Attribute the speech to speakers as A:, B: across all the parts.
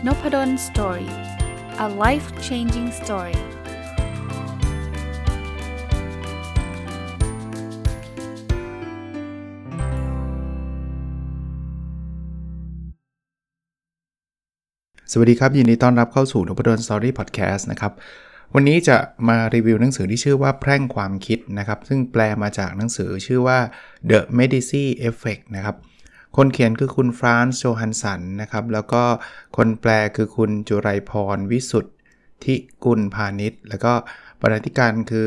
A: Nopadon Story. A life-changing story.
B: สวัสดีครับยินดีต้อนรับเข้าสู่ Nopadon Story Podcast นะครับวันนี้จะมารีวิวหนังสือที่ชื่อว่าแพร่งความคิดนะครับซึ่งแปลมาจากหนังสือชื่อว่า The Medici Effect นะครับคนเขียนคือคุณฟรานซ์โจฮันสันนะครับแล้วก็คนแปลคือคุณจุไรพรวิสุทธิกุลพาณิชย์แล้วก็บรรณาธิการคือ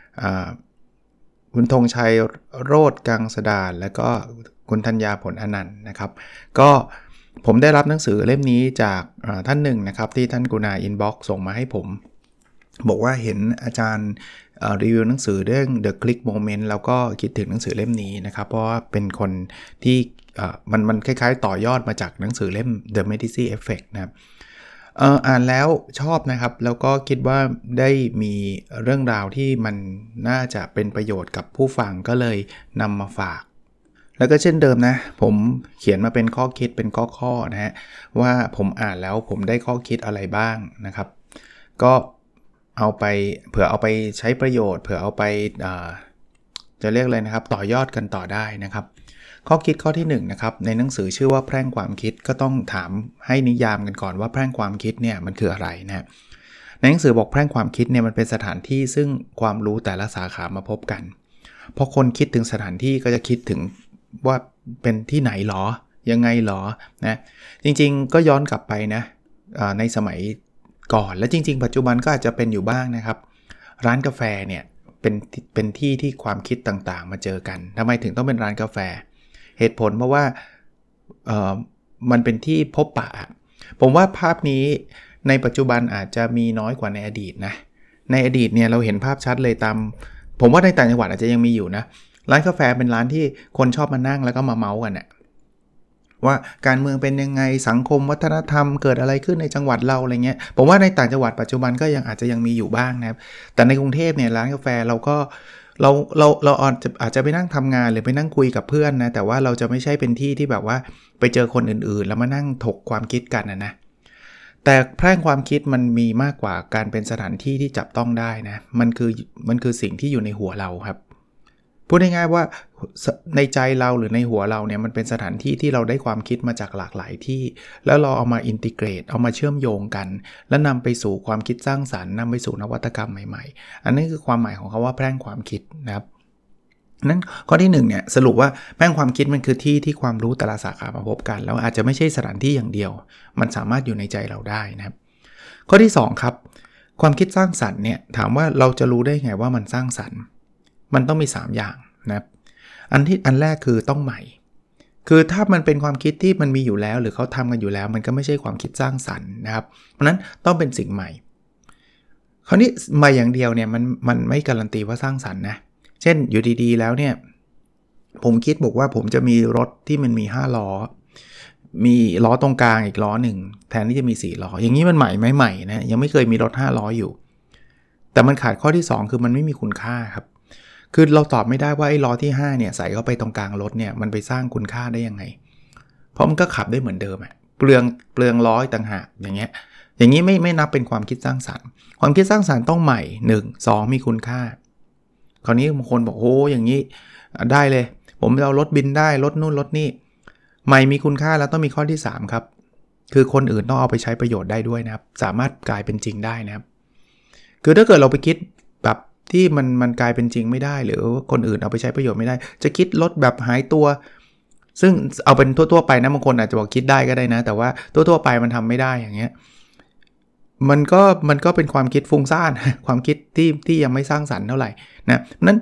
B: คุณธงชัยโรจน์กังสดาลแล้วก็คุณธัญญาผลอนันต์นะครับก็ผมได้รับหนังสือเล่มนี้จากท่านหนึ่งนะครับที่ท่านกุณาอินบ็อกซ์ส่งมาให้ผมบอกว่าเห็นอาจารย์รีวิวหนังสือเรื่อง The Click Moment แล้วก็คิดถึงหนังสือเล่มนี้นะครับเพราะว่าเป็นคนที่มันคล้ายๆต่อยอดมาจากหนังสือเล่ม The Medici Effect นะครับอ่านแล้วชอบนะครับแล้วก็คิดว่าได้มีเรื่องราวที่มันน่าจะเป็นประโยชน์กับผู้ฟังก็เลยนำมาฝากแล้วก็เช่นเดิมนะผมเขียนมาเป็นข้อคิดเป็นข้อนะฮะว่าผมอ่านแล้วผมได้ข้อคิดอะไรบ้างนะครับก็เอาไปเผื่อเอาไปใช้ประโยชน์เผื่อเอาไปจะเรียกอะไรนะครับต่อยอดกันต่อได้นะครับข้อคิดข้อที่1นะครับในหนังสือชื่อว่าแพร่งความคิดก็ต้องถามให้นิยามกันก่อนว่าแพร่งความคิดเนี่ยมันคืออะไรนะในหนังสือบอกแพร่งความคิดเนี่ยมันเป็นสถานที่ซึ่งความรู้แต่ละสาขามาพบกันพอคนคิดถึงสถานที่ก็จะคิดถึงว่าเป็นที่ไหนหรอยังไงหรอนะจริงๆก็ย้อนกลับไปนะในสมัยก่อนและจริงๆปัจจุบันก็อาจจะเป็นอยู่บ้างนะครับร้านกาแฟเนี่ยเป็นที่ที่ความคิดต่างๆมาเจอกันทำไมถึงต้องเป็นร้านกาแฟเหตุผลเพราะว่ามันเป็นที่พบปะผมว่าภาพนี้ในปัจจุบันอาจจะมีน้อยกว่าในอดีตนะในอดีตเนี่ยเราเห็นภาพชัดเลยตามผมว่าในต่างจังหวัดอาจจะยังมีอยู่นะร้านกาแฟเป็นร้านที่คนชอบมานั่งแล้วก็มาเมาส์กันน่ะว่าการเมืองเป็นยังไงสังคมวัฒนธรรมเกิดอะไรขึ้นในจังหวัดเราอะไรเงี้ยผมว่าในต่างจังหวัดปัจจุบันก็อาจจะยังมีอยู่บ้างนะครับแต่ในกรุงเทพเนี่ยร้านกาแฟเราก็เราอาจจะไปนั่งทำงานหรือไปนั่งคุยกับเพื่อนนะแต่ว่าเราจะไม่ใช่เป็นที่ที่แบบว่าไปเจอคนอื่นๆแล้วมานั่งถกความคิดกันนะแต่แพร่งความคิดมันมีมากกว่าการเป็นสถานที่ที่จับต้องได้นะมันคือสิ่งที่อยู่ในหัวเราครับพูดง่ายๆว่าในใจเราหรือในหัวเราเนี่ยมันเป็นสถานที่ที่เราได้ความคิดมาจากหลากหลายที่แล้วเราเอามาอินทิเกรตเอามาเชื่อมโยงกันแล้วนำไปสู่ความคิดสร้างสรรค์นำไปสู่นวัตกรรมใหม่ๆอันนี้คือความหมายของคำว่าแพร่งความคิดนะครับนั้นข้อที่1เนี่ยสรุปว่าแพร่งความคิดมันคือที่ที่ความรู้แต่ละสาขามาพบกันแล้วอาจจะไม่ใช่สถานที่อย่างเดียวมันสามารถอยู่ในใจเราได้นะครับข้อที่2ครับความคิดสร้างสรรค์เนี่ยถามว่าเราจะรู้ได้ไงว่ามันสร้างสรรค์มันต้องมี3อย่างนะครับอันแรกคือต้องใหม่คือถ้ามันเป็นความคิดที่มันมีอยู่แล้วหรือเขาทำกันอยู่แล้วมันก็ไม่ใช่ความคิดสร้างสรรค์นะครับเพราะนั้นต้องเป็นสิ่งใหม่คราวนี้ใหม่อย่างเดียวเนี่ยมันไม่การันตีว่าสร้างสรรค์นะเช่นอยู่ดีๆแล้วเนี่ยผมคิดบอกว่าผมจะมีรถที่มันมี5ล้อมีล้อตรงกลางอีกล้อหนึ่งแทนที่จะมี4ล้ออย่างนี้มันใหม่ไหมใหม่นะยังไม่เคยมีรถ5ล้ออยู่แต่มันขาดข้อที่2คือมันไม่มีคุณค่าครับคือเราตอบไม่ได้ว่าไอ้ล้อที่5เนี่ยใส่เข้าไปตรงกลางรถเนี่ยมันไปสร้างคุณค่าได้ยังไงเพราะมันก็ขับได้เหมือนเดิมอะเปลืองล้อต่างหากอย่างนี้ไม่นับเป็นความคิดสร้างสรรค์ความคิดสร้างสรรค์ต้องใหม่1 2มีคุณค่าคราวนี้บางคนบอกโอ้อย่างนี้ได้เลยผมจะเอารถบินได้รถนู่นรถนี่ใหม่มีคุณค่าแล้วต้องมีข้อที่3ครับคือคนอื่นต้องเอาไปใช้ประโยชน์ได้ด้วยนะครับสามารถกลายเป็นจริงได้นะครับคือถ้าเกิดเราไปคิดแบบที่มันกลายเป็นจริงไม่ได้หรือคนอื่นเอาไปใช้ประโยชน์ไม่ได้จะคิดรถแบบหายตัวซึ่งเอาเป็นทั่วๆไปนะบางคนอาจจะบอกคิดได้ก็ได้นะแต่ว่าทั่วๆไปมันทำไม่ได้อย่างเงี้ยมันก็เป็นความคิดฟุ้งซ่านความคิดที่ยังไม่สร้างสรรค์เท่าไหร่นะนั้น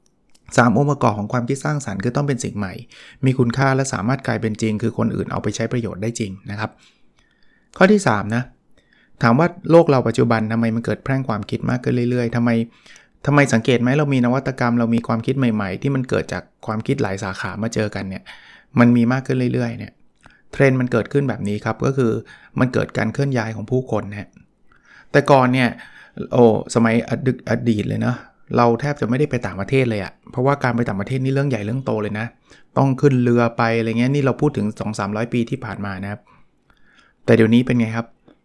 B: 3องค์ประกอบของความคิดสร้างสรรค์คือต้องเป็นสิ่งใหม่มีคุณค่าและสามารถกลายเป็นจริงคือคนอื่นเอาไปใช้ประโยชน์ได้จริงนะครับข้อที่3นะถามว่าโลกเราปัจจุบันทำไมมันเกิดแพร่งความคิดมากขึ้นเรื่อยๆทำไมสังเกตไหมเรามีนวัตกรรมเรามีความคิดใหม่ๆที่มันเกิดจากความคิดหลายสาขามาเจอกันเนี่ยมันมีมากขึ้นเรื่อยๆเนี่ยเทรนด์มันเกิดขึ้นแบบนี้ครับก็คือมันเกิดการเคลื่อนย้ายของผู้คนนะแต่ก่อนเนี่ยสมัยอดีตเลยนะเราแทบจะไม่ได้ไปต่างประเทศเลยอะเพราะว่าการไปต่างประเทศนี่เรื่องใหญ่เรื่องโตเลยนะต้องขึ้นเรือไปอะไรเงี้ยนี่เราพูดถึง 2-300 ปีที่ผ่านมานะครับแต่เดี๋ยวนี้เป็นไงครับ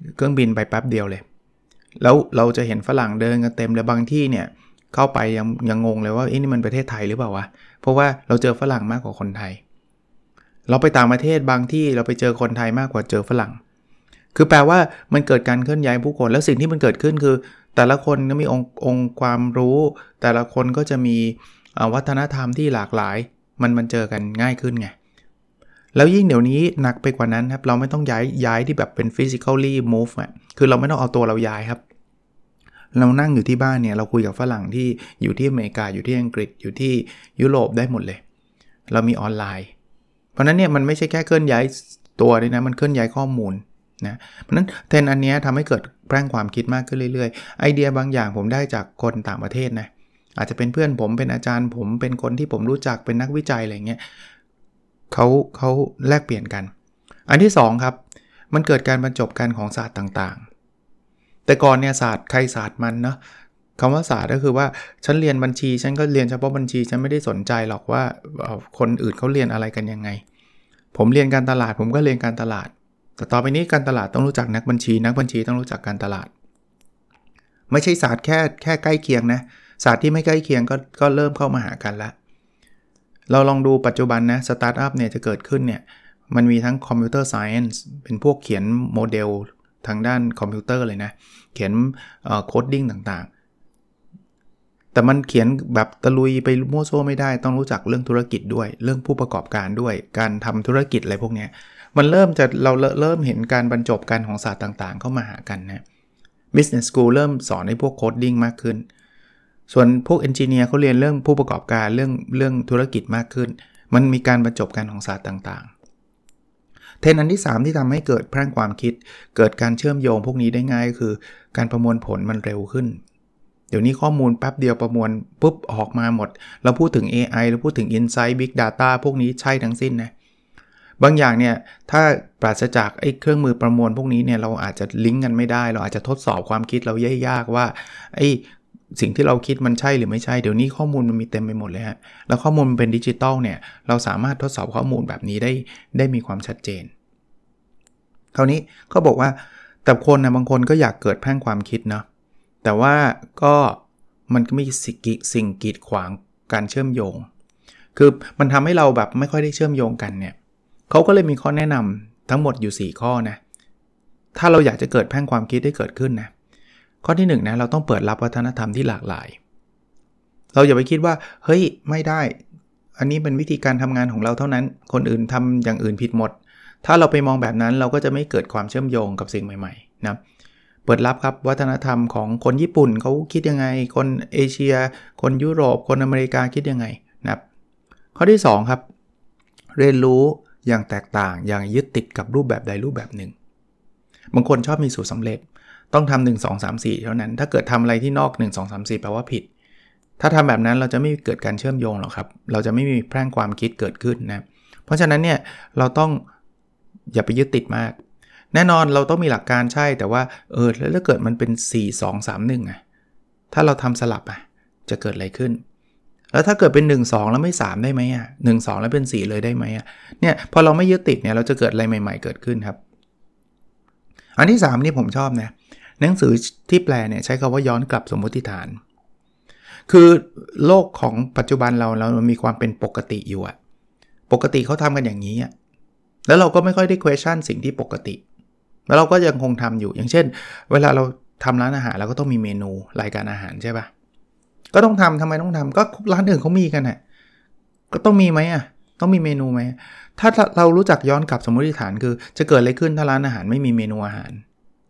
B: เครื่องบินไปแป๊บเดียวเลยแล้วเราจะเห็นฝรั่งเดินกันเต็มเลยบางที่เนี่ยเข้าไปยังงงเลยว่านี่มันประเทศไทยหรือเปล่าวะเพราะว่าเราเจอฝรั่งมากกว่าคนไทยเราไปต่างประเทศบางที่เราไปเจอคนไทยมากกว่าเจอฝรั่งคือแปลว่ามันเกิดการเคลื่อนย้ายผู้คนแล้วสิ่งที่มันเกิดขึ้นคือแต่ละคนก็มีองค์ความรู้แต่ละคนก็จะมีวัฒนธรรมที่หลากหลายมันเจอกันง่ายขึ้นไงแล้วยิ่งเดี๋ยวนี้หนักไปกว่านั้นครับเราไม่ต้องย้ายที่แบบเป็น physically move อ่ะคือเราไม่ต้องเอาตัวเราย้ายครับเรานั่งอยู่ที่บ้านเนี่ยเราคุยกับฝรั่งที่อยู่ที่อเมริกาอยู่ที่อังกฤษอยู่ที่ยุโรปได้หมดเลยเรามีออนไลน์เพราะนั้นเนี่ยมันไม่ใช่แค่เคลื่อนย้ายตัวด้วยนะมันเคลื่อนย้ายข้อมูลนะเพราะนั้นเทรนด์อันนี้ทำให้เกิดแปลงความคิดมากขึ้นเรื่อยๆไอเดียบางอย่างผมได้จากคนต่างประเทศนะอาจจะเป็นเพื่อนผมเป็นอาจารย์ผมเป็นคนที่ผมรู้จักเป็นนักวิจัยอะไรเงี้ยเขาแลกเปลี่ยนกันอันที่2ครับมันเกิดการบรรจบกันของศาสตร์ต่างๆแต่ก่อนเนี่ยศาสตร์ใครศาสตร์มันเนาะคำว่าศาสตร์ก็คือว่าฉันเรียนบัญชีฉันก็เรียนเฉพาะบัญชีฉันไม่ได้สนใจหรอกว่าคนอื่นเขาเรียนอะไรกันยังไงผมเรียนการตลาดผมก็เรียนการตลาดแต่ต่อไปนี้การตลาดต้องรู้จักนักบัญชีต้องรู้จักการตลาดไม่ใช่ศาสตร์แค่ใกล้เคียงนะศาสตร์ที่ไม่ใกล้เคียงก็เริ่มเข้ามาหากันแล้วเราลองดูปัจจุบันนะสตาร์ทอัพเนี่ยจะเกิดขึ้นเนี่ยมันมีทั้งคอมพิวเตอร์ไซเอนซ์เป็นพวกเขียนโมเดลทางด้านคอมพิวเตอร์เลยนะเขียนโคดดิ้งต่างๆแต่มันเขียนแบบตะลุยไปมั่วซั่วไม่ได้ต้องรู้จักเรื่องธุรกิจด้วยเรื่องผู้ประกอบการด้วยการทำธุรกิจอะไรพวกนี้มันเราเริ่มเห็นการบรรจบกันของศาสตร์ต่างๆเข้ามาหากันนะ Business School เริ่มสอนให้พวกโคดดิ้งมากขึ้นส่วนพวกเอนจิเนียร์เขาเรียนเรื่องผู้ประกอบการเรื่องธุรกิจมากขึ้นมันมีการบรรจบกันของศาสตร์ต่างๆเทรนด์อันที่3ที่ทำให้เกิดแพร่งความคิดเกิดการเชื่อมโยงพวกนี้ได้ง่ายก็คือการประมวลผลมันเร็วขึ้นเดี๋ยวนี้ข้อมูลแป๊บเดียวประมวลปุ๊บออกมาหมดเราพูดถึง AI เราพูดถึง Insight Big Data พวกนี้ใช่ทั้งสิ้นนะบางอย่างเนี่ยถ้าปราศจากไอ้เครื่องมือประมวลพวกนี้เนี่ยเราอาจจะลิงก์กันไม่ได้เราอาจจะทดสอบความคิดเรายากว่าไอ้สิ่งที่เราคิดมันใช่หรือไม่ใช่เดี๋ยวนี้ข้อมูลมันมีเต็มไปหมดเลยฮะแล้วข้อมูลมันเป็นดิจิตอลเนี่ยเราสามารถทดสอบข้อมูลแบบนี้ได้มีความชัดเจนคราวนี้เขาบอกว่าแต่คนนะบางคนก็อยากเกิดแพร่งความคิดเนาะแต่ว่าก็มันก็มีสิ่งกีดขวางการเชื่อมโยงคือมันทำให้เราแบบไม่ค่อยได้เชื่อมโยงกันเนี่ยเขาก็เลยมีข้อแนะนำทั้งหมดอยู่4ข้อนะถ้าเราอยากจะเกิดแพร่งความคิดได้เกิดขึ้นนะข้อที่1นะเราต้องเปิดรับวัฒนธรรมที่หลากหลายเราอย่าไปคิดว่าเฮ้ยไม่ได้อันนี้เป็นวิธีการทำงานของเราเท่านั้นคนอื่นทำอย่างอื่นผิดหมดถ้าเราไปมองแบบนั้นเราก็จะไม่เกิดความเชื่อมโยงกับสิ่งใหม่ๆนะเปิดรับครับวัฒนธรรมของคนญี่ปุ่นเขาคิดยังไงคนเอเชียคนยุโรปคนอเมริกาคิดยังไงนะข้อที่2ครับเรียนรู้อย่างแตกต่างอย่างยึดติดกับรูปแบบใดรูปแบบหนึ่งบางคนชอบมีสูตรสำเร็จต้องทำ1 2 3 4เท่านั้นถ้าเกิดทำอะไรที่นอก1 2 3 4แปลว่าผิดถ้าทำแบบนั้นเราจะไม่เกิดการเชื่อมโยงหรอกครับเราจะไม่มีแพร่งความคิดเกิดขึ้นนะเพราะฉะนั้นเนี่ยเราต้องอย่าไปยึดติดมากแน่นอนเราต้องมีหลักการใช่แต่ว่าแล้วถ้าเกิดมันเป็น4 2 3 1อ่ะถ้าเราทำสลับอ่ะจะเกิดอะไรขึ้นแล้วถ้าเกิดเป็น1 2แล้วไม่3ได้ไหมอ่ะ1 2แล้วเป็น4เลยได้ไหมอ่ะเนี่ยพอเราไม่ยึดติดเนี่ยเราจะเกิดอะไรใหม่ๆเกิดขึ้นครับอันที่3นี่ผมชอบนะหนังสือที่แปลเนี่ยใช้คำว่าย้อนกลับสมมติฐานคือโลกของปัจจุบันเรามีความเป็นปกติอยู่อะปกติเขาทำกันอย่างนี้อะแล้วเราก็ไม่ค่อยได้ question สิ่งที่ปกติแล้วเราก็ยังคงทำอยู่อย่างเช่นเวลาเราทำร้านอาหารเราก็ต้องมีเมนูรายการอาหารใช่ปะก็ต้องทำทำไมต้องทำก็ร้านอื่นเขามีกันอะก็ต้องมีไหมอะต้องมีเมนูไหมถ้าเรารู้จักย้อนกลับสมมติฐานคือจะเกิดอะไรขึ้นถ้าร้านอาหารไม่มีเมนูอาหาร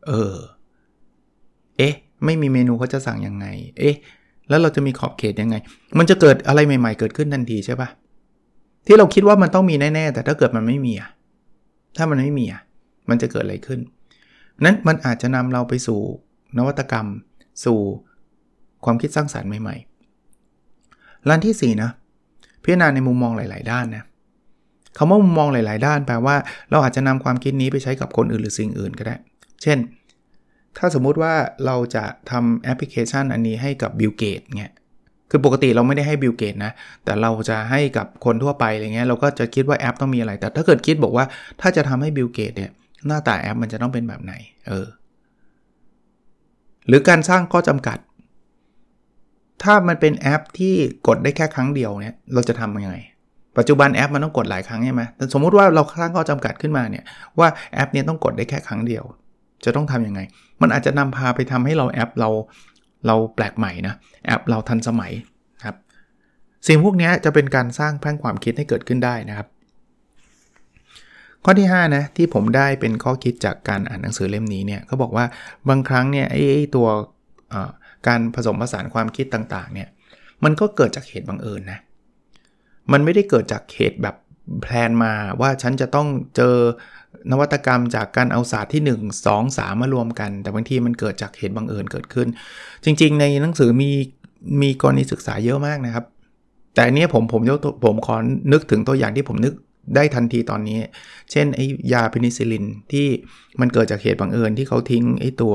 B: ไม่มีเมนูเขาจะสั่งยังไงแล้วเราจะมีขอบเขตยังไงมันจะเกิดอะไรใหม่ๆเกิดขึ้นทันทีใช่ปะที่เราคิดว่ามันต้องมีแน่ๆแต่ถ้าเกิดมันไม่มีถ้ามันไม่มีมันจะเกิดอะไรขึ้นนั้นมันอาจจะนำเราไปสู่นวัตกรรมสู่ความคิดสร้างสรรค์ใหม่ๆด้านที่4นะพิจารณาในมุมมองหลายๆด้านนะคำว่ามุมมองหลายๆด้านแปลว่าเราอาจจะนำความคิดนี้ไปใช้กับคนอื่นหรือสิ่งอื่นก็ได้เช่นถ้าสมมุติว่าเราจะทำแอปพลิเคชันอันนี้ให้กับบิลเกตเงี้ยคือปกติเราไม่ได้ให้บิลเกตนะแต่เราจะให้กับคนทั่วไปอะไรเงี้ยเราก็จะคิดว่าแอปต้องมีอะไรแต่ถ้าเกิดคิดบอกว่าถ้าจะทำให้บิลเกตเนี่ยหน้าตาแอปมันจะต้องเป็นแบบไหนหรือการสร้างข้อจำกัดถ้ามันเป็นแอปที่กดได้แค่ครั้งเดียวเนี่ยเราจะทำยังไงปัจจุบันแอปมันต้องกดหลายครั้งใช่ไหมแต่สมมุติว่าเราสร้างข้อจำกัดขึ้นมาเนี่ยว่าแอปนี้ต้องกดได้แค่ครั้งเดียวจะต้องทำยังไงมันอาจจะนำพาไปทำให้แอปเราแปลกใหม่นะแอปเราทันสมัยครับสิ่งพวกนี้จะเป็นการสร้างแผนความคิดให้เกิดขึ้นได้นะครับข้อที่5นะที่ผมได้เป็นข้อคิดจากการอ่านหนังสือเล่มนี้เนี่ยเขาบอกว่าบางครั้งเนี่ยไอ้ตัวการผสมผสานความคิดต่างๆเนี่ยมันก็เกิดจากเหตุบังเอิญนะมันไม่ได้เกิดจากเหตุแบบแพลนมาว่าฉันจะต้องเจอนวัตกรรมจากการเอาศาสตร์ที่1 2 3มารวมกันแต่บางทีมันเกิดจากเหตุบังเอิญเกิดขึ้นจริงๆในหนังสือมีกรณีศึกษาเยอะมากนะครับแต่อันนี้ผมขอนึกถึงตัวอย่างที่ผมนึกได้ทันทีตอนนี้เช่นไอ้ยาเพนิซิลลินที่มันเกิดจากเหตุบังเอิญที่เขาทิ้งไอ้ตัว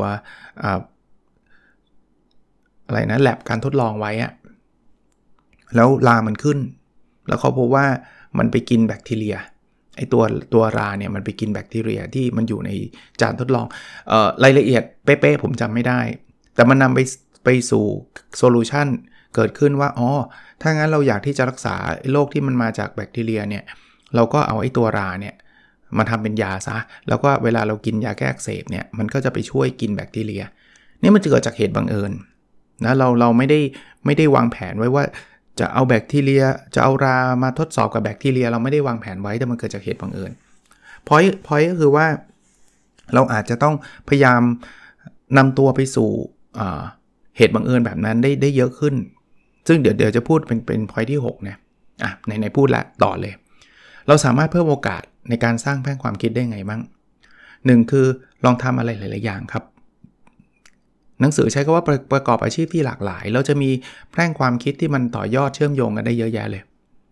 B: อะไรนะแลบการทดลองไว้อะแล้วรามันขึ้นแล้วเขาพบว่ามันไปกินแบคทีเรียไอ้ตัวราเนี่ยมันไปกินแบคทีเรียที่มันอยู่ในจานทดลองรายละเอียดเป๊ะๆผมจำไม่ได้แต่มันนำไปสู่โซลูชันเกิดขึ้นว่าถ้างั้นเราอยากที่จะรักษาโรคที่มันมาจากแบคทีเรียเนี่ยเราก็เอาไอ้ตัวราเนี่ยมาทำเป็นยาซะแล้วก็เวลาเรากินยาแก้อักเสบเนี่ยมันก็จะไปช่วยกินแบคทีเรียนี่มันเกิดจากเหตุบังเอิญนะเราไม่ได้วางแผนไว้ว่าจะเอาแบคทีเรียจะเอารามาทดสอบกับแบคทีเรียเราไม่ได้วางแผนไว้แต่มันเกิดจากเหตุบังเอิญpoint ก็คือว่าเราอาจจะต้องพยายามนำตัวไปสู่เหตุบังเอิญแบบนั้นได้เยอะขึ้นซึ่งเดี๋ยวจะพูดเป็น point ที่6นะในพูดละต่อเลยเราสามารถเพิ่มโอกาสในการสร้างแผนความคิดได้ไงบ้าง1คือลองทำอะไรหลายๆอย่างครับหนังสือใช้คำว่าประกอบอาชีพที่หลากหลายเราจะมีแผนความคิดที่มันต่อยอดเชื่อมโยงกันได้เยอะแยะเลย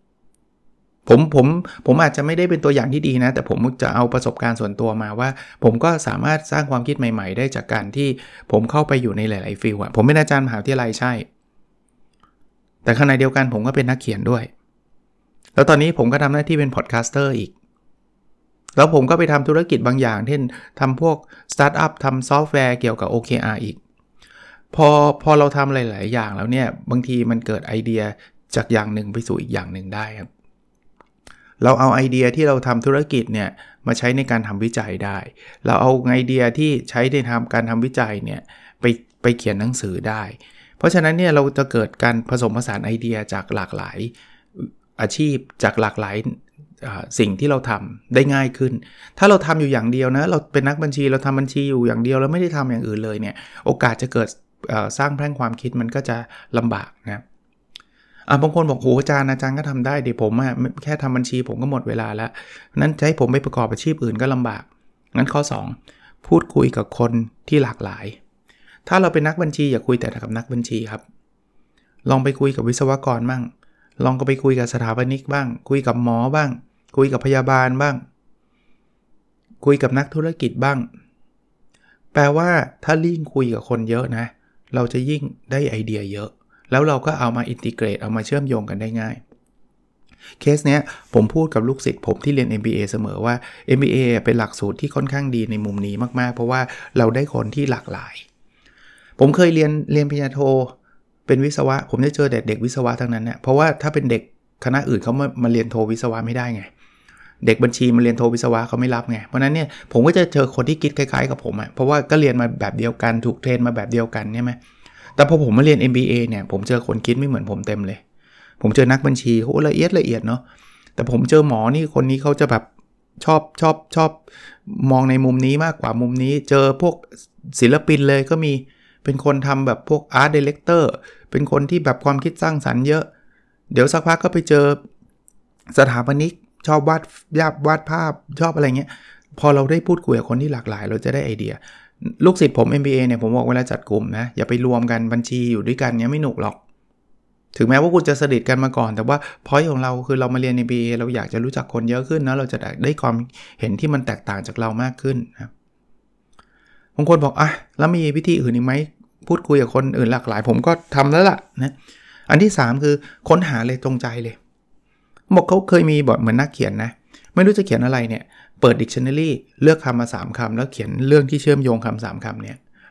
B: ผมอาจจะไม่ได้เป็นตัวอย่างที่ดีนะแต่ผมจะเอาประสบการณ์ส่วนตัวมาว่าผมก็สามารถสร้างความคิดใหม่ๆได้จากการที่ผมเข้าไปอยู่ในหลายๆฟิลด์ผมเป็นอาจารย์มหาวิทยาลัยใช่แต่ขณะเดียวกันผมก็เป็นนักเขียนด้วยแล้วตอนนี้ผมก็ทำหน้าที่เป็นพอดแคสเตอร์อีกแล้วผมก็ไปทำธุรกิจบางอย่างเช่นทำพวกสตาร์ทอัพทำซอฟต์แวร์เกี่ยวกับ OKR อีกพอเราทำหลายๆอย่างแล้วเนี่ยบางทีมันเกิดไอเดียจากอย่างหนึ่งไปสู่อีกอย่างหนึ่งได้ครับเราเอาไอเดียที่เราทำธุรกิจเนี่ยมาใช้ในการทำวิจัยได้เราเอาไอเดียที่ใช้ในการทำวิจัยเนี่ยไปเขียนหนังสือได้เพราะฉะนั้นเนี่ยเราจะเกิดการผสมผสานไอเดียจากหลากหลายอาชีพจากหลากหลายสิ่งที่เราทำได้ง่ายขึ้นถ้าเราทำอยู่อย่างเดียวนะเราเป็นนักบัญชีเราทำบัญชีอยู่อย่างเดียวแล้วไม่ได้ทำอย่างอื่นเลยเนี่ยโอกาสจะเกิดสร้างแผนความคิดมันก็จะลำบากนะบางคนบอกโหอาจารย์ก็ทำได้เดี๋ยวผมแค่ทำบัญชีผมก็หมดเวลาแล้วนั้นจะให้ผมไปประกอบอาชีพอื่นก็ลำบากงั้นข้อ2พูดคุยกับคนที่หลากหลายถ้าเราเป็นนักบัญชีอย่าคุยแต่กับนักบัญชีครับลองไปคุยกับวิศวกรบ้างลองก็ไปคุยกับสถาปนิกบ้างคุยกับหมอบ้างคุยกับพยาบาลบ้างคุยกับนักธุรกิจบ้างแปลว่าถ้ายิ่งคุยกับคนเยอะนะเราจะยิ่งได้ไอเดียเยอะแล้วเราก็เอามาอินทิเกรตเอามาเชื่อมโยงกันได้ง่ายเคสเนี้ยผมพูดกับลูกศิษย์ผมที่เรียน MBA เสมอว่า MBA เป็นหลักสูตรที่ค่อนข้างดีในมุมนี้มากๆเพราะว่าเราได้คนที่หลากหลายผมเคยเรียนปริญญาโทเป็นวิศวะผมจะเจอเด็กวิศวะทั้งนั้นเนี่ยเพราะว่าถ้าเป็นเด็กคณะอื่นเขามาเรียนโทวิศวะไม่ได้ไงเด็กบัญชีมาเรียนโทวิศวะเขาไม่รับไงเพราะนั้นเนี่ยผมก็จะเจอคนที่คิดคล้ายๆกับผมเพราะว่าก็เรียนมาแบบเดียวกันถูกเทรนมาแบบเดียวกันใช่ไหมแต่พอผมมาเรียน MBA เนี่ยผมเจอคนคิดไม่เหมือนผมเต็มเลยผมเจอนักบัญชีเขาละเอียดเนาะแต่ผมเจอหมอนี่คนนี้เขาจะแบบชอบมองในมุมนี้มากกว่ามุมนี้เจอพวกศิลปินเลยก็มีเป็นคนทำแบบพวกอาร์ตไดเรคเตอร์เป็นคนที่แบบความคิดสร้างสรรค์เยอะเดี๋ยวสักพักก็ไปเจอสถาปนิกชอบวาดภาพชอบอะไรเงี้ยพอเราได้พูดคุยกับคนที่หลากหลายเราจะได้ไอเดียลูกศิษย์ผม MBA เนี่ยผมบอกเวลาจัดกลุ่มนะอย่าไปรวมกันบัญชีอยู่ด้วยกันเนี่ยไม่หนุกหรอกถึงแม้ว่าคุณจะสนิทกันมาก่อนแต่ว่าพอยต์ของเราคือเรามาเรียน MBA เราอยากจะรู้จักคนเยอะขึ้นนะเราจะได้ความเห็นที่มันแตกต่างจากเรามากขึ้นนะบางคนบอกแล้วมีวิธีอื่นอีกไหมพูดคุยกับคนอื่นหลากหลายผมก็ทำแล้วล่ะนะอันที่3คือค้นหาเลยตรงใจเลยบอกเขาเคยมีบอกเหมือนนักเขียนนะไม่รู้จะเขียนอะไรเนี่ยเปิด dictionary เลือกคำมา3คำแล้วเขียนเรื่องที่เชื่อมโยงคำ3คำเนี่ย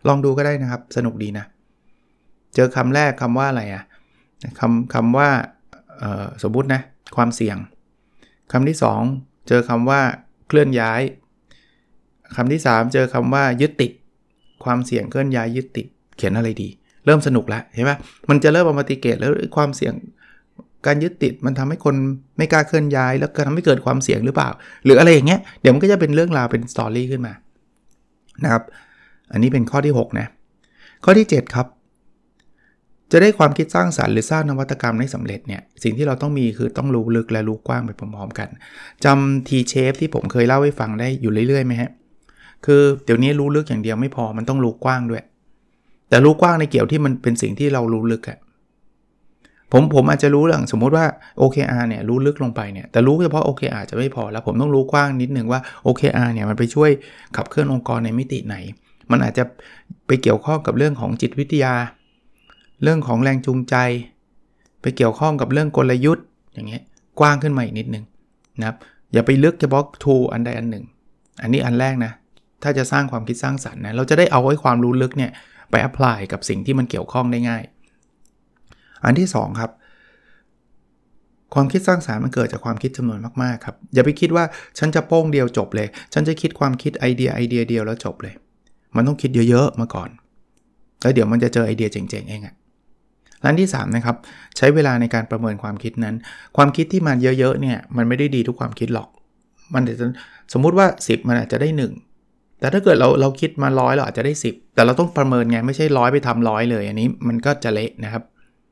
B: ลองดูก็ได้นะครับสนุกดีนะเจอคำแรกคำว่าอะไรคำว่าสมมุตินะความเสี่ยงคำที่2เจอคำว่าเคลื่อนย้ายคำที่3เจอคำว่ายึดติดความเสี่ยงเคลื่อนย้ายยึดติดเขียนอะไรดีเริ่มสนุกแล้วเห็นไหมมันจะเริ่มเอามาติเกตแล้วความเสี่ยงการยึดติดมันทำให้คนไม่กล้าเคลื่อนย้ายแล้วก็ทำให้เกิดความเสี่ยงหรือเปล่าหรืออะไรอย่างเงี้ยเดี๋ยวมันก็จะเป็นเรื่องราวเป็นสตอรี่ขึ้นมานะครับอันนี้เป็นข้อที่6นะข้อที่7ครับจะได้ความคิดสร้างสรรค์หรือสร้างนวัตกรรมได้สำเร็จเนี่ยสิ่งที่เราต้องมีคือต้องรู้ลึกและรู้กว้างไปพร้อมๆกันจำ T-shape ที่ผมเคยเล่าให้ฟังได้อยู่เรื่อยๆไหมฮะคือเดี๋ยวนี้รู้ลึกอย่างเดียวไม่พอมันต้องรู้กว้างด้วยแต่รู้กว้างในเกี่ยวที่มันเป็นสิ่งที่เรารู้ลึกอะผมอาจจะรู้เรื่องสมมติว่า OKR เนี่ยรู้ลึกลงไปเนี่ยแต่รู้เฉพาะ OKR จะไม่พอแล้วผมต้องรู้กว้างนิดนึงว่า OKR เนี่ยมันไปช่วยขับเคลื่อนองค์กรในมิติไหนมันอาจจะไปเกี่ยวข้องกับเรื่องของจิตวิทยาเรื่องของแรงจูงใจไปเกี่ยวข้องกับเรื่องกลยุทธ์อย่างเงี้ยกว้างขึ้นมาอีกนิดนึงนะครับอย่าไปลึกเฉพาะ tool อันใดอันหนึ่งอันนี้อันแรกนะถ้าจะสร้างความคิดสร้างสรรค์นะเราจะได้เอาไว้ความรู้ลึกเนี่ยไป apply กับสิ่งที่มันเกี่ยวข้องได้ง่ายอันที่2ครับความคิดสร้างสรรค์มันเกิดจากความคิดจำนวนมากๆครับอย่าไปคิดว่าฉันจะโป้งเดียวจบเลยฉันจะคิดความคิดไอเดียเดียวแล้วจบเลยมันต้องคิดเยอะๆมาก่อนแล้วเดี๋ยวมันจะเจอไอเดียเจ๋งๆเองอันที่3นะครับใช้เวลาในการประเมินความคิดนั้นความคิดที่มันเยอะๆเนี่ยมันไม่ได้ดีทุกความคิดหรอกมันจะสมมุติว่า10มันอาจจะได้1แต่ถ้าเกิดเราคิดมา100เราอาจจะได้10แต่เราต้องประเมินไงไม่ใช่100ไปทำ100เลยอันนี้มันก็จะเละนะครับ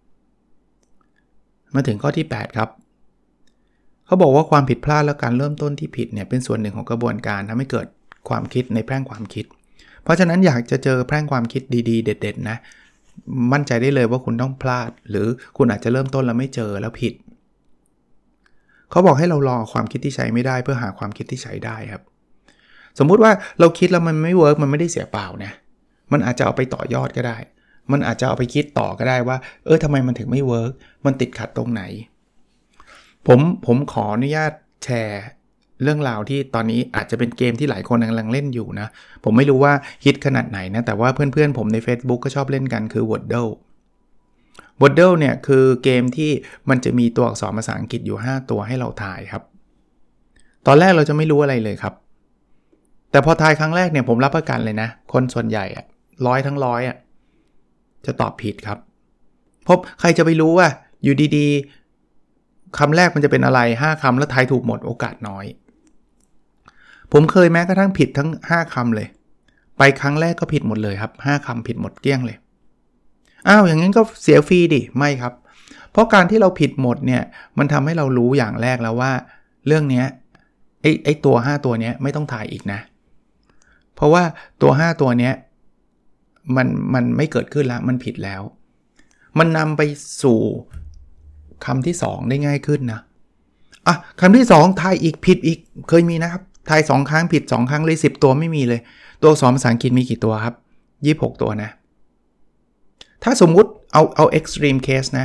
B: มาถึงข้อที่8ครับเขาบอกว่าความผิดพลาดและการเริ่มต้นที่ผิดเนี่ยเป็นส่วนหนึ่งของกระบวนการทำให้เกิดความคิดในแพร่งความคิดเพราะฉะนั้นอยากจะเจอแพร่งความคิดดีๆเด็ดๆนะมั่นใจได้เลยว่าคุณต้องพลาดหรือคุณอาจจะเริ่มต้นแล้วไม่เจอแล้วผิดเขาบอกให้เรารอความคิดที่ใช้ไม่ได้เพื่อหาความคิดที่ใช้ได้ครับสมมุติว่าเราคิดแล้วมันไม่เวิร์กมันไม่ได้เสียเปล่านะมันอาจจะเอาไปต่อยอดก็ได้มันอาจจะเอาไปคิดต่อก็ได้ว่าทำไมมันถึงไม่เวิร์กมันติดขัดตรงไหนผมขออนุญาตแชร์เรื่องราวที่ตอนนี้อาจจะเป็นเกมที่หลายคนกำลังเล่นอยู่นะผมไม่รู้ว่าฮิตขนาดไหนนะแต่ว่าเพื่อนๆผมใน Facebook ก็ชอบเล่นกันคือ Wordle เนี่ยคือเกมที่มันจะมีตัวอักษรภาษาอังกฤษอยู่5ตัวให้เราทายครับตอนแรกเราจะไม่รู้อะไรเลยครับแต่พอทายครั้งแรกเนี่ยผมรับประกันเลยนะคนส่วนใหญ่100ทั้ง100จะตอบผิดครับเพราะใครจะไปรู้ว่าอยู่ดีๆคำแรกมันจะเป็นอะไร5คำแล้วทายถูกหมดโอกาสน้อยผมเคยแม้กระทั่งผิดทั้ง5คำเลยไปครั้งแรกก็ผิดหมดเลยครับ5คำผิดหมดเกลี้ยงเลยอย่างนั้นก็เสียฟรีดิไม่ครับเพราะการที่เราผิดหมดเนี่ยมันทำให้เรารู้อย่างแรกแล้วว่าเรื่องนี้ไอ้ตัว5ตัวนี้ไม่ต้องทายอีกนะเพราะว่าตัว5ตัวนี้มันไม่เกิดขึ้นแล้วมันผิดแล้วมันนำไปสู่คำที่2ได้ง่ายขึ้นนะคำที่2ทายอีกผิดอีกเคยมีนะครับทาย2ครั้งผิด2ครั้งเลย10ตัวไม่มีเลยตัวอักษรภาษาอังกฤษมีกี่ตัวครับ26ตัวนะถ้าสมมุติเอา extreme case นะ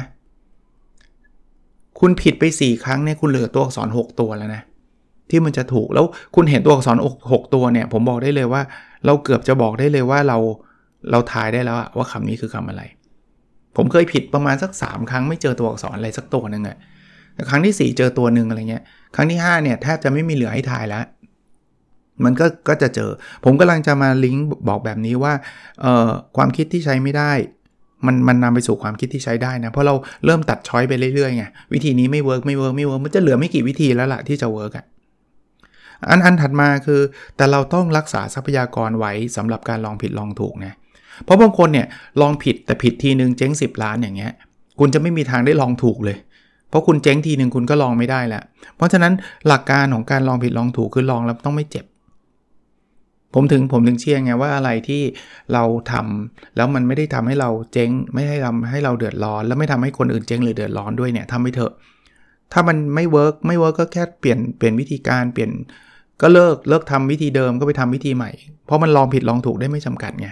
B: คุณผิดไป4ครั้งเนี่ยคุณเหลือตัวอักษร6ตัวแล้วนะที่มันจะถูกแล้วคุณเห็นตัวอักษร6ตัวเนี่ยผมบอกได้เลยว่าเราเกือบจะบอกได้เลยว่าเราทายได้แล้วว่าคำนี้คือคำอะไรผมเคยผิดประมาณสัก3ครั้งไม่เจอตัวอักษรอะไรสักตัวนึงแต่ครั้งที่4เจอตัวนึงอะไรเงี้ยครั้งที่5เนี่ยแทบจะไม่มีเหลือให้ทายแล้วมันก็จะเจอผมกำลังจะมาลิงก์บอกแบบนี้ว่าความคิดที่ใช้ไม่ได้มันนำไปสู่ความคิดที่ใช้ได้นะเพราะเราเริ่มตัดช้อยไปเรื่อยๆไงวิธีนี้ไม่เวิร์กมันจะเหลือไม่กี่วิธีแล้วล่ะที่จะเวิร์กอันถัดมาคือแต่เราต้องรักษาทรัพยากรไว้สำหรับการลองผิดลองถูกนะเพราะบางคนเนี่ยลองผิดแต่ผิดทีนึงเจ๊ง10ล้านอย่างเงี้ยคุณจะไม่มีทางได้ลองถูกเลยเพราะคุณเจ๊งทีนึงคุณก็ลองไม่ได้แล้วเพราะฉะนั้นหลักการของการลองผิดลองถูกคือลองแล้วต้องไม่เจ็บผมถึงเชื่อไงว่าอะไรที่เราทำแล้วมันไม่ได้ทำให้เราเจ๊งไม่ได้ทำให้เราเดือดร้อนแล้วไม่ทำให้คนอื่นเจ๊งหรือเดือดร้อนด้วยเนี่ยทำไปเถอะถ้ามันไม่เวิร์กก็แค่เปลี่ยนวิธีการเปลี่ยนก็เลิกทำวิธีเดิมก็ไปทำวิธีใหม่เพราะมันลองผิดลองถูกได้ไม่จำกัดไง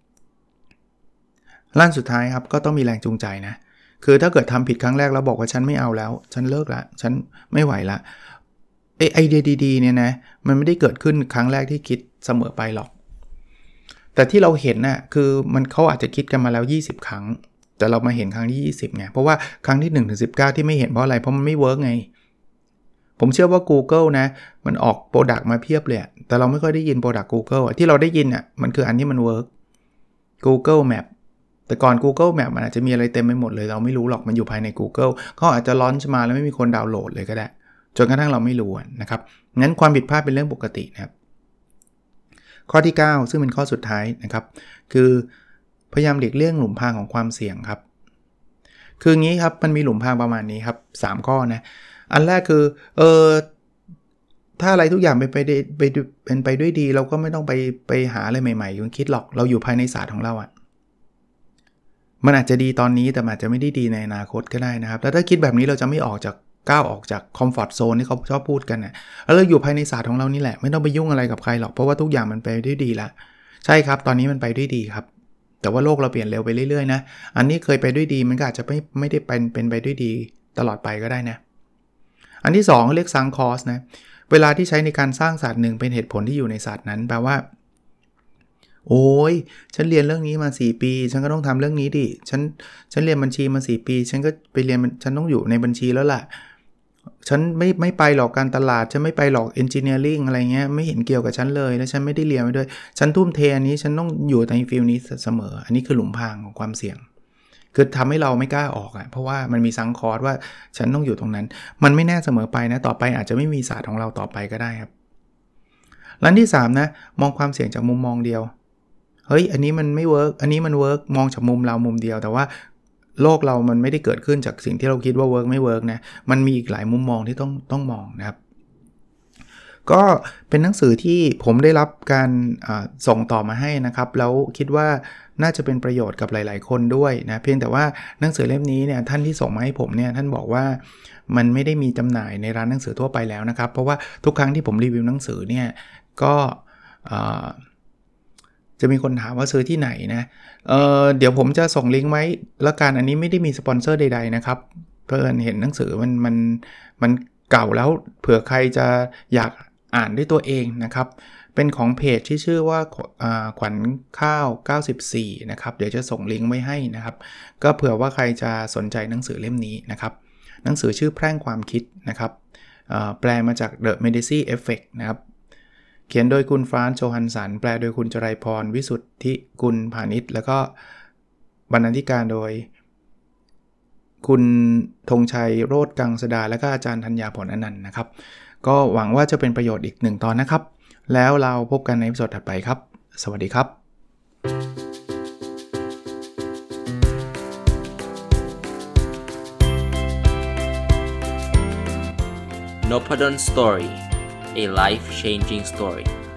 B: ขั้นสุดท้ายครับก็ต้องมีแรงจูงใจนะคือถ้าเกิดทำผิดครั้งแรกแล้วบอกว่าฉันไม่เอาแล้วฉันเลิกละฉันไม่ไหวละไอเดียดีๆเนี่ยนะมันไม่ได้เกิดขึ้นครั้งแรกที่คิดเสมอไปหรอกแต่ที่เราเห็นน่ะคือมันเขาอาจจะคิดกันมาแล้ว20ครั้งแต่เรามาเห็นครั้งที่20ไงเพราะว่าครั้งที่1ถึง19ที่ไม่เห็นเพราะอะไรเพราะมันไม่เวิร์กไงผมเชื่อว่า Google นะมันออกโปรดักต์มาเพียบเลยแต่เราไม่ค่อยได้ยินโปรดักต์ Google ที่เราได้ยินอ่ะมันคืออันที่มันเวิร์ก Google Map แต่ก่อน Google Map มันอาจจะมีอะไรเต็มไปหมดเลยเราไม่รู้หรอกมันอยู่ภายใน Google เขาอาจจะลอนช์มาแล้วไม่มีคนดาวน์โหลดเลยก็ได้จนกระทั่งเราไม่รู้นะครับงั้นความผิดพลาดเป็นเรื่องปกตินะครับข้อที่9ซึ่งเป็นข้อสุดท้ายนะครับคือพยายามหลีกเลี่ยงหลุมพรางของความเสี่ยงครับคืองี้ครับมันมีหลุมพรางประมาณนี้ครับ3ข้อนะอันแรกคือถ้าอะไรทุกอย่างเป็นไปด้วยดีเราก็ไม่ต้องไปหาอะไรใหม่ๆคิดหรอกเราอยู่ภายในศาสตร์ของเราอ่ะมันอาจจะดีตอนนี้แต่อาจจะไม่ได้ดีในอนาคตก็ได้นะครับแล้วถ้าคิดแบบนี้เราจะไม่ก้าวออกจากคอมฟอร์ตโซนที่เขาชอบพูดกันนะแล้วเราอยู่ภายในศาสตร์ของเรานี่แหละไม่ต้องไปยุ่งอะไรกับใครหรอกเพราะว่าทุกอย่างมันไปได้ดีละใช่ครับตอนนี้มันไปได้ดีครับแต่ว่าโลกเราเปลี่ยนเร็วไปเรื่อยๆนะอันนี้เคยไปด้วยดีมันก็อาจจะไม่ได้เป็นไปด้วยดีตลอดไปก็ได้นะอันที่2เรียกซังคอสนะเวลาที่ใช้ในการสร้างศาสตร์หนึ่งเป็นเหตุผลที่อยู่ในศาสตร์นั้นแปลว่าโอ้ยฉันเรียนเรื่องนี้มา4ปีฉันก็ต้องทำเรื่องนี้ดิฉันเรียนบัญชีมา4ปีฉันก็ไปเรียนฉันต้องอยู่ในบัญชีแล้วล่ะฉันไม่ไปหรอกการตลาดฉันไม่ไปหรอกเอนจิเนียริงอะไรเงี้ยไม่เห็นเกี่ยวกับฉันเลยและฉันไม่ได้เรียนมาด้วยฉันทุ่มเทอันนี้ฉันต้องอยู่ในฟิลนี้เสมออันนี้คือหลุมพรางของความเสี่ยงคือทำให้เราไม่กล้าออกเพราะว่ามันมีซังคอร์สว่าฉันต้องอยู่ตรงนั้นมันไม่แน่เสมอไปนะต่อไปอาจจะไม่มีศาสตร์ของเราต่อไปก็ได้ครับและที่3นะมองความเสี่ยงจากมุมมองเดียวเฮ้ยอันนี้มันไม่เวิร์กอันนี้มันเวิร์กมองจากมุมเรามุมเดียวแต่ว่าโลกเรามันไม่ได้เกิดขึ้นจากสิ่งที่เราคิดว่าเวิร์กไม่เวิร์กนะมันมีอีกหลายมุมมองที่ต้องมองนะครับก็เป็นหนังสือที่ผมได้รับการส่งต่อมาให้นะครับแล้วคิดว่าน่าจะเป็นประโยชน์กับหลายๆคนด้วยนะเพียงแต่ว่าหนังสือเล่มนี้เนี่ยท่านที่ส่งมาให้ผมเนี่ยท่านบอกว่ามันไม่ได้มีจำหน่ายในร้านหนังสือทั่วไปแล้วนะครับเพราะว่าทุกครั้งที่ผมรีวิวหนังสือเนี่ยก็จะมีคนถามว่าซื้อที่ไหนนะเดี๋ยวผมจะส่งลิงก์ไว้แล้วกันอันนี้ไม่ได้มีสปอนเซอร์ใดๆนะครับเพื่อนเห็นหนังสือมันเก่าแล้วเผื่อใครจะอยากอ่านด้วยตัวเองนะครับเป็นของเพจที่ชื่อว่าขวัญข้าว94นะครับเดี๋ยวจะส่งลิงก์ไว้ให้นะครับก็เผื่อว่าใครจะสนใจหนังสือเล่มนี้นะครับหนังสือชื่อแพร่งความคิดนะครับแปลมาจาก The Medici Effect นะครับเขียนโดยคุณฟรานซ์โจฮันสันแปลโดยคุณจรัยพรวิสุทธิกุลพาณิชย์แล้วก็บรรณาธิการโดยคุณธงชัยโรจน์กังสดาและก็อาจารย์ธัญญาผลอนันต์นะครับก็หวังว่าจะเป็นประโยชน์อีก1ตอนนะครับแล้วเราพบกันในอีพิโซดถัดไปครับสวัสดีครับ
C: Nopadon Story, a life-changing story.